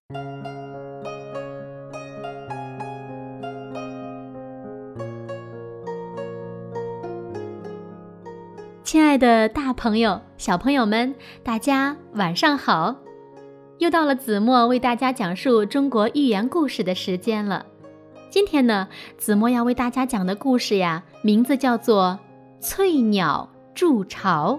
亲爱的大朋友、小朋友们，大家晚上好！又到了子墨为大家讲述中国寓言故事的时间了。今天呢，子墨要为大家讲的故事呀，名字叫做《翠鸟筑巢》。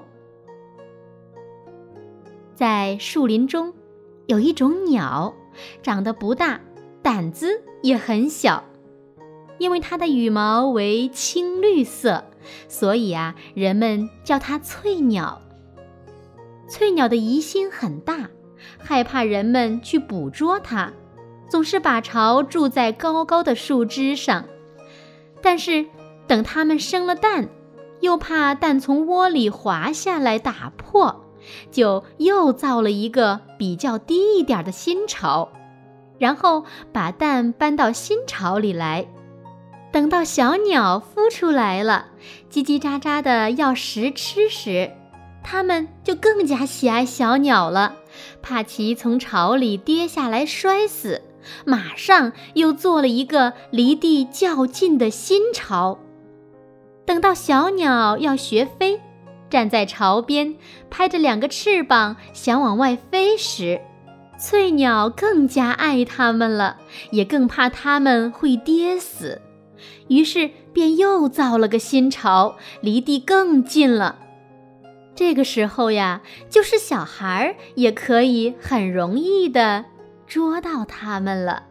在树林中，有一种鸟，长得不大，胆子也很小。因为它的羽毛为青绿色，所以人们叫它翠鸟。翠鸟的疑心很大，害怕人们去捕捉它，总是把巢筑在高高的树枝上。但是等它们生了蛋，又怕蛋从窝里滑下来打破，就又造了一个比较低一点的新巢，然后把蛋搬到新巢里来。等到小鸟孵出来了，叽叽喳喳的要食吃时，它们就更加喜爱小鸟了，怕其从巢里跌下来摔死，马上又做了一个离地较近的新巢。等到小鸟要学飞，站在巢边，拍着2个翅膀想往外飞时，翠鸟更加爱它们了，也更怕它们会跌死。于是便又造了个新巢，离地更近了。这个时候呀，就是小孩也可以很容易地捉到它们了。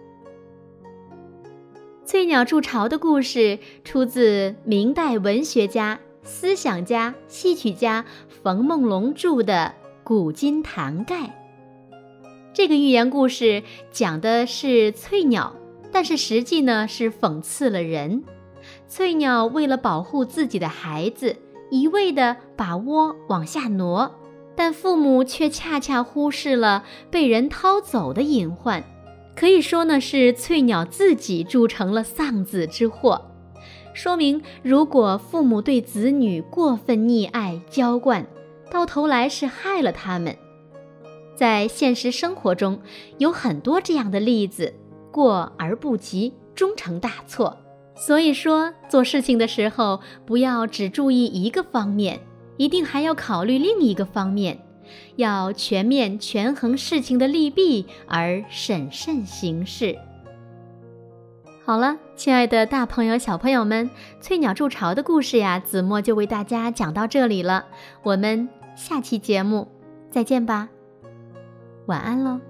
翠鸟筑巢的故事出自明代文学家、思想家、戏曲家冯梦龙著的《古今谭概》。这个寓言故事讲的是翠鸟，但是实际呢是讽刺了人。翠鸟为了保护自己的孩子，一味地把窝往下挪，但父母却恰恰忽视了被人掏走的隐患。可以说呢，是翠鸟自己铸成了丧子之祸。说明如果父母对子女过分溺爱娇惯，到头来是害了他们。在现实生活中有很多这样的例子，过而不及，终成大错。所以说，做事情的时候，不要只注意一个方面，一定还要考虑另一个方面，要全面权衡事情的利弊而审慎行事。好了，亲爱的大朋友小朋友们，翠鸟筑巢的故事呀，子墨就为大家讲到这里了。我们下期节目再见吧，晚安喽。